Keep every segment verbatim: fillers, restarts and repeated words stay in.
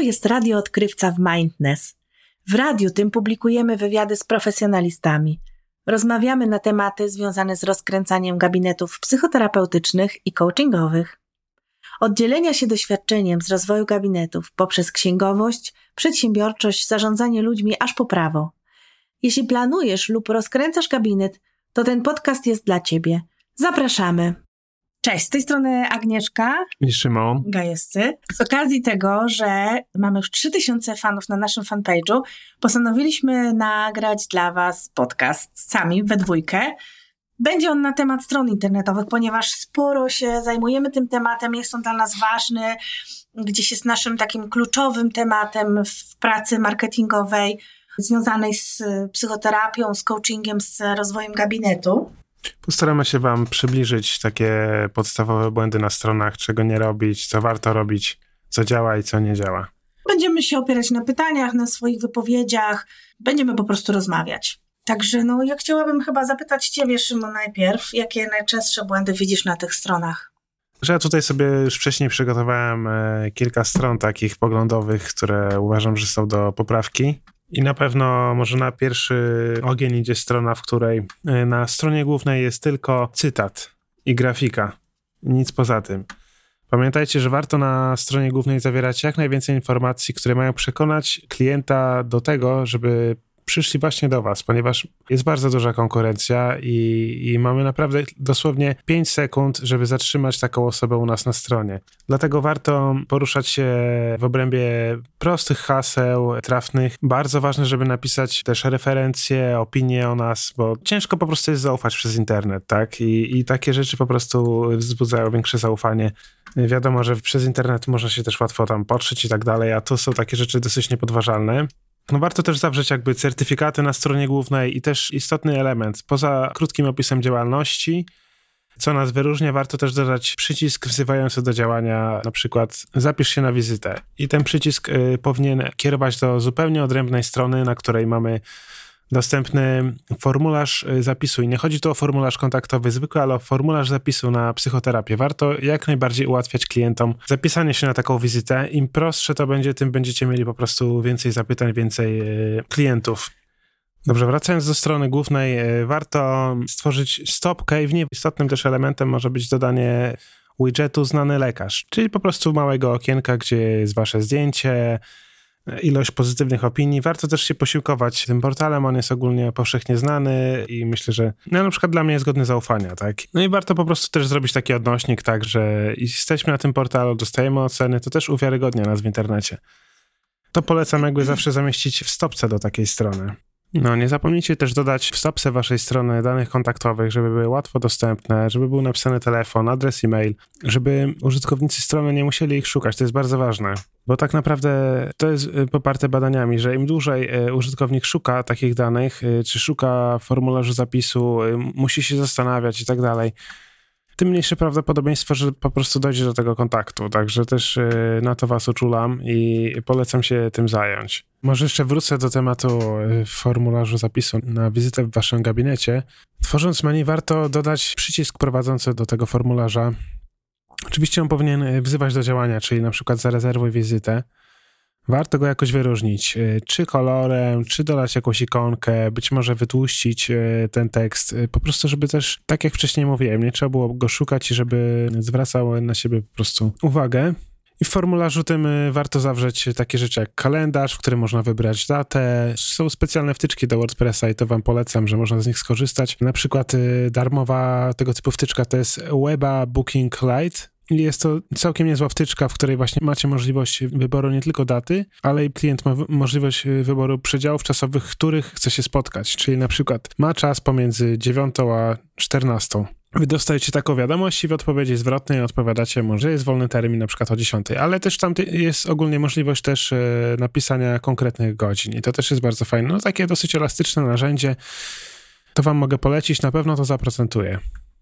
jest Radio Odkrywca w Mindness. W radiu tym publikujemy wywiady z profesjonalistami. Rozmawiamy na tematy związane z rozkręcaniem gabinetów psychoterapeutycznych i coachingowych. Od dzielenia się doświadczeniem z rozwoju gabinetów poprzez księgowość, przedsiębiorczość, zarządzanie ludźmi aż po prawo. Jeśli planujesz lub rozkręcasz gabinet, to ten podcast jest dla Ciebie. Zapraszamy! Cześć, z tej strony Agnieszka i Szymon Gajewscy. Z okazji tego, że mamy już trzy tysiące fanów na naszym fanpage'u, postanowiliśmy nagrać dla Was podcast sami, we dwójkę. Będzie on na temat stron internetowych, ponieważ sporo się zajmujemy tym tematem, jest on dla nas ważny, gdzieś jest naszym takim kluczowym tematem w pracy marketingowej, związanej z psychoterapią, z coachingiem, z rozwojem gabinetu. Postaramy się Wam przybliżyć takie podstawowe błędy na stronach, czego nie robić, co warto robić, co działa i co nie działa. Będziemy się opierać na pytaniach, na swoich wypowiedziach, będziemy po prostu rozmawiać. Także no, ja chciałabym chyba zapytać Ciebie, Szymon, najpierw, jakie najczęstsze błędy widzisz na tych stronach? Że ja tutaj sobie już wcześniej przygotowałem kilka stron takich poglądowych, które uważam, że są do poprawki. I na pewno może na pierwszy ogień idzie strona, w której na stronie głównej jest tylko cytat i grafika. Nic poza tym. Pamiętajcie, że warto na stronie głównej zawierać jak najwięcej informacji, które mają przekonać klienta do tego, żeby przyszli właśnie do Was, ponieważ jest bardzo duża konkurencja i, i mamy naprawdę dosłownie pięć sekund, żeby zatrzymać taką osobę u nas na stronie. Dlatego warto poruszać się w obrębie prostych haseł, trafnych. Bardzo ważne, żeby napisać też referencje, opinie o nas, bo ciężko po prostu jest zaufać przez internet, tak? I, i takie rzeczy po prostu wzbudzają większe zaufanie. Wiadomo, że przez internet można się też łatwo tam podszyć i tak dalej, a to są takie rzeczy dosyć niepodważalne. No warto też zawrzeć jakby certyfikaty na stronie głównej i też istotny element, poza krótkim opisem działalności, co nas wyróżnia, warto też dodać przycisk wzywający do działania, na przykład zapisz się na wizytę. I ten przycisk y, powinien kierować do zupełnie odrębnej strony, na której mamy dostępny formularz zapisu. I nie chodzi tu o formularz kontaktowy zwykły, ale o formularz zapisu na psychoterapię. Warto jak najbardziej ułatwiać klientom zapisanie się na taką wizytę. Im prostsze to będzie, tym będziecie mieli po prostu więcej zapytań, więcej y, klientów. Dobrze, wracając do strony głównej, y, warto stworzyć stopkę i w niej istotnym też elementem może być dodanie widgetu znany lekarz, czyli po prostu małego okienka, gdzie jest wasze zdjęcie, ilość pozytywnych opinii. Warto też się posiłkować tym portalem, on jest ogólnie powszechnie znany i myślę, że no, na przykład dla mnie jest godny zaufania, tak? No i warto po prostu też zrobić taki odnośnik, tak, że jesteśmy na tym portalu, dostajemy oceny, to też uwiarygodnia nas w internecie. To polecam jakby zawsze zamieścić w stopce do takiej strony. No, nie zapomnijcie też dodać w stopce waszej strony danych kontaktowych, żeby były łatwo dostępne, żeby był napisany telefon, adres e-mail, żeby użytkownicy strony nie musieli ich szukać. To jest bardzo ważne, bo tak naprawdę to jest poparte badaniami, że im dłużej użytkownik szuka takich danych, czy szuka formularzu zapisu, musi się zastanawiać i tak dalej, tym mniejsze prawdopodobieństwo, że po prostu dojdzie do tego kontaktu. Także też na to was uczulam i polecam się tym zająć. Może jeszcze wrócę do tematu formularzu zapisu na wizytę w waszym gabinecie. Tworząc menu warto dodać przycisk prowadzący do tego formularza. Oczywiście on powinien wzywać do działania, czyli na przykład zarezerwuj wizytę. Warto go jakoś wyróżnić, czy kolorem, czy dodać jakąś ikonkę, być może wytłuścić ten tekst, po prostu żeby też, tak jak wcześniej mówiłem, nie trzeba było go szukać i żeby zwracał na siebie po prostu uwagę. I w formularzu tym warto zawrzeć takie rzeczy jak kalendarz, w którym można wybrać datę. Są specjalne wtyczki do WordPressa i to wam polecam, że można z nich skorzystać. Na przykład darmowa tego typu wtyczka to jest Weba Booking Lite. I jest to całkiem niezła wtyczka, w której właśnie macie możliwość wyboru nie tylko daty, ale i klient ma możliwość wyboru przedziałów czasowych, w których chce się spotkać. Czyli na przykład ma czas pomiędzy dziewiątą a czternastą. Wy dostajecie taką wiadomość i w odpowiedzi zwrotnej odpowiadacie, może jest wolny termin na przykład o dziesiątej, ale też tam jest ogólnie możliwość też e, napisania konkretnych godzin i to też jest bardzo fajne. No takie dosyć elastyczne narzędzie, to wam mogę polecić, na pewno to zaprocentuje.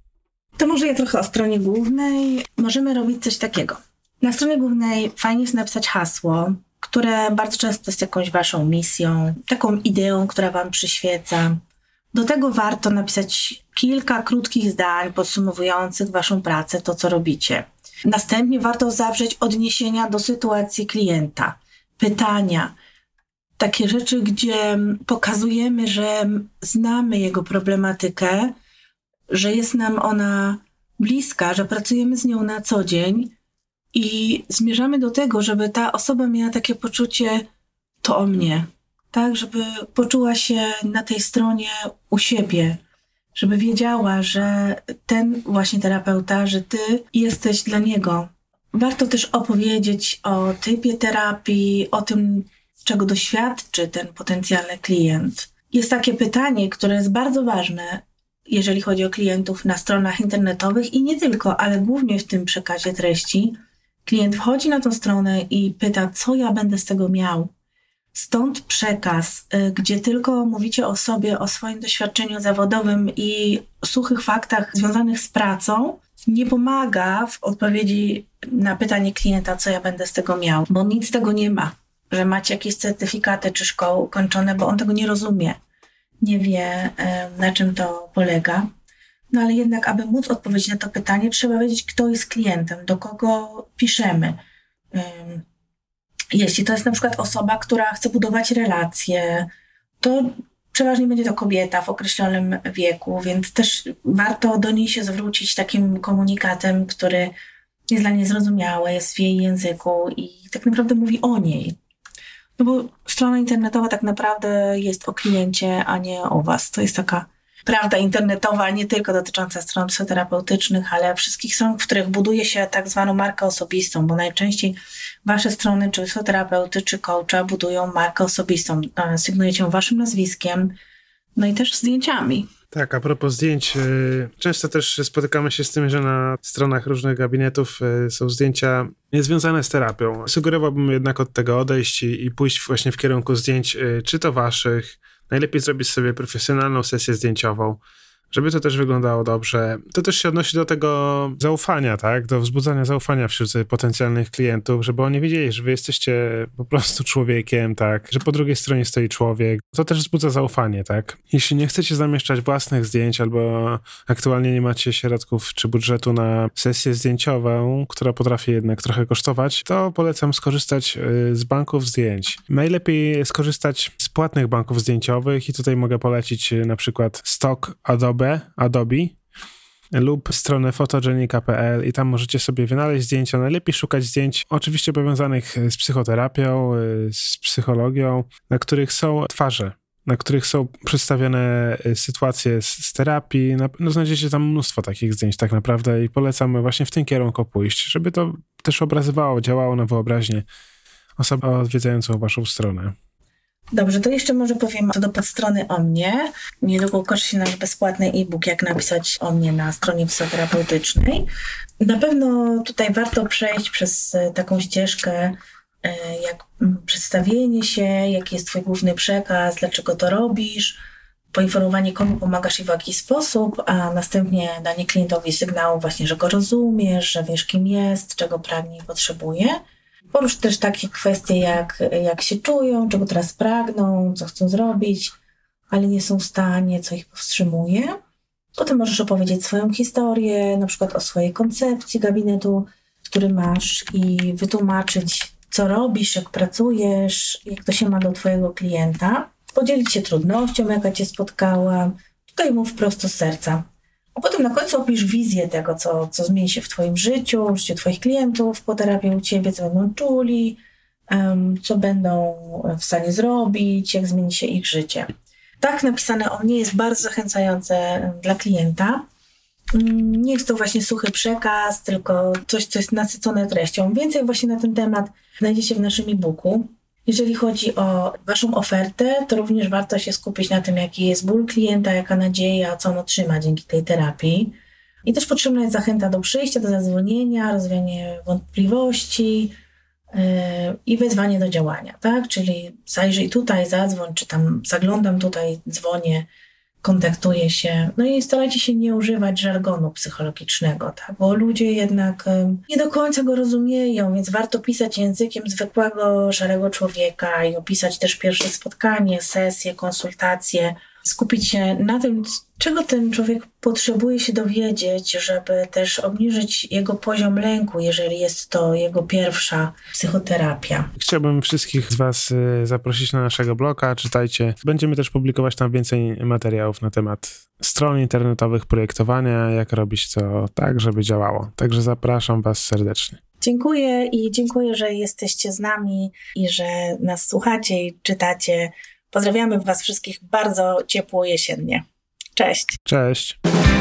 To może ja trochę o stronie głównej. Możemy robić coś takiego. Na stronie głównej fajnie jest napisać hasło, które bardzo często jest jakąś waszą misją, taką ideą, która wam przyświeca. Do tego warto napisać kilka krótkich zdań podsumowujących waszą pracę, to co robicie. Następnie warto zawrzeć odniesienia do sytuacji klienta. pytania, takie rzeczy, gdzie pokazujemy, że znamy jego problematykę, że jest nam ona bliska, że pracujemy z nią na co dzień i zmierzamy do tego, żeby ta osoba miała takie poczucie, to o mnie, tak, żeby poczuła się na tej stronie u siebie, żeby wiedziała, że ten właśnie terapeuta, że ty jesteś dla niego. Warto też opowiedzieć o typie terapii, o tym, czego doświadczy ten potencjalny klient. Jest takie pytanie, które jest bardzo ważne, jeżeli chodzi o klientów na stronach internetowych i nie tylko, ale głównie w tym przekazie treści. Klient wchodzi na tą stronę i pyta, co ja będę z tego miał. Stąd przekaz, gdzie tylko mówicie o sobie, o swoim doświadczeniu zawodowym i suchych faktach związanych z pracą, nie pomaga w odpowiedzi na pytanie klienta, co ja będę z tego miał, bo nic z tego nie ma, że macie jakieś certyfikaty czy szkoły ukończone, bo on tego nie rozumie, nie wie, na czym to polega. No ale jednak, aby móc odpowiedzieć na to pytanie, trzeba wiedzieć, kto jest klientem, do kogo piszemy. Jeśli to jest na przykład osoba, która chce budować relacje, to przeważnie będzie to kobieta w określonym wieku, więc też warto do niej się zwrócić takim komunikatem, który jest dla niej zrozumiały, jest w jej języku i tak naprawdę mówi o niej. No bo strona internetowa tak naprawdę jest o kliencie, a nie o was. To jest taka prawda internetowa, nie tylko dotycząca stron psychoterapeutycznych, ale wszystkich stron, w których buduje się tak zwaną markę osobistą, bo najczęściej wasze strony, czy psychoterapeuty, czy coacha budują markę osobistą. Sygnujecie ją waszym nazwiskiem, no i też zdjęciami. Tak, a propos zdjęć, często też spotykamy się z tym, że na stronach różnych gabinetów są zdjęcia niezwiązane z terapią. Sugerowałbym jednak od tego odejść i, i pójść właśnie w kierunku zdjęć, czy to waszych. Najlepiej zrobić sobie profesjonalną sesję zdjęciową, żeby to też wyglądało dobrze. To też się odnosi do tego zaufania, tak? Do wzbudzania zaufania wśród potencjalnych klientów, żeby oni wiedzieli, że wy jesteście po prostu człowiekiem, tak? Że po drugiej stronie stoi człowiek. To też wzbudza zaufanie, tak? Jeśli nie chcecie zamieszczać własnych zdjęć albo aktualnie nie macie środków czy budżetu na sesję zdjęciową, która potrafi jednak trochę kosztować, to polecam skorzystać z banków zdjęć. Najlepiej skorzystać z płatnych banków zdjęciowych i tutaj mogę polecić na przykład Stock Adobe, Adobe lub stronę fotogenika kropka p l i tam możecie sobie wynaleźć zdjęcia. Najlepiej szukać zdjęć oczywiście powiązanych z psychoterapią, z psychologią, na których są twarze, na których są przedstawione sytuacje z, z terapii. No, znajdziecie tam mnóstwo takich zdjęć tak naprawdę i polecam właśnie w tym kierunku pójść, żeby to też obrazywało, działało na wyobraźnię osobę odwiedzającą waszą stronę. Dobrze, to jeszcze może powiem co do podstrony o mnie. Niedługo ukaże się nasz bezpłatny e-book, jak napisać o mnie na stronie psychoterapeutycznej. Na pewno tutaj warto przejść przez taką ścieżkę, jak przedstawienie się, jaki jest twój główny przekaz, dlaczego to robisz, poinformowanie, komu pomagasz i w jaki sposób, a następnie danie klientowi sygnału właśnie, że go rozumiesz, że wiesz, kim jest, czego pragnie i potrzebuje. Porusz też takie kwestie, jak, jak się czują, czego teraz pragną, co chcą zrobić, ale nie są w stanie, co ich powstrzymuje. Potem możesz opowiedzieć swoją historię, na przykład o swojej koncepcji gabinetu, który masz i wytłumaczyć, co robisz, jak pracujesz, jak to się ma do twojego klienta. Podzielić się trudnością, jaka cię spotkała. Tutaj mów prosto z serca. A potem na końcu opisz wizję tego, co, co zmieni się w twoim życiu, w życiu twoich klientów po terapii u ciebie, co będą czuli, um, co będą w stanie zrobić, jak zmieni się ich życie. Tak napisane o mnie jest bardzo zachęcające dla klienta. Nie jest to właśnie suchy przekaz, tylko coś, co jest nasycone treścią. Więcej właśnie na ten temat znajdziecie w naszym e-booku. Jeżeli chodzi o waszą ofertę, to również warto się skupić na tym, jaki jest ból klienta, jaka nadzieja, co on otrzyma dzięki tej terapii. I też potrzebna jest zachęta do przyjścia, do zadzwonienia, rozwianie wątpliwości yy, i wezwanie do działania, tak? Czyli zajrzyj tutaj, zadzwoń, czy tam zaglądam tutaj, dzwonię, kontaktuję się. No i starajcie się nie używać żargonu psychologicznego, tak? Bo ludzie jednak nie do końca go rozumieją, więc warto pisać językiem zwykłego, szarego człowieka i opisać też pierwsze spotkanie, sesję, konsultacje, skupić się na tym, czego ten człowiek potrzebuje się dowiedzieć, żeby też obniżyć jego poziom lęku, jeżeli jest to jego pierwsza psychoterapia. Chciałbym wszystkich z Was zaprosić na naszego bloga, czytajcie. Będziemy też publikować tam więcej materiałów na temat stron internetowych, projektowania, jak robić to tak, żeby działało. Także zapraszam Was serdecznie. Dziękuję i dziękuję, że jesteście z nami i że nas słuchacie i czytacie. Pozdrawiamy Was wszystkich bardzo ciepło jesiennie. Cześć. Cześć.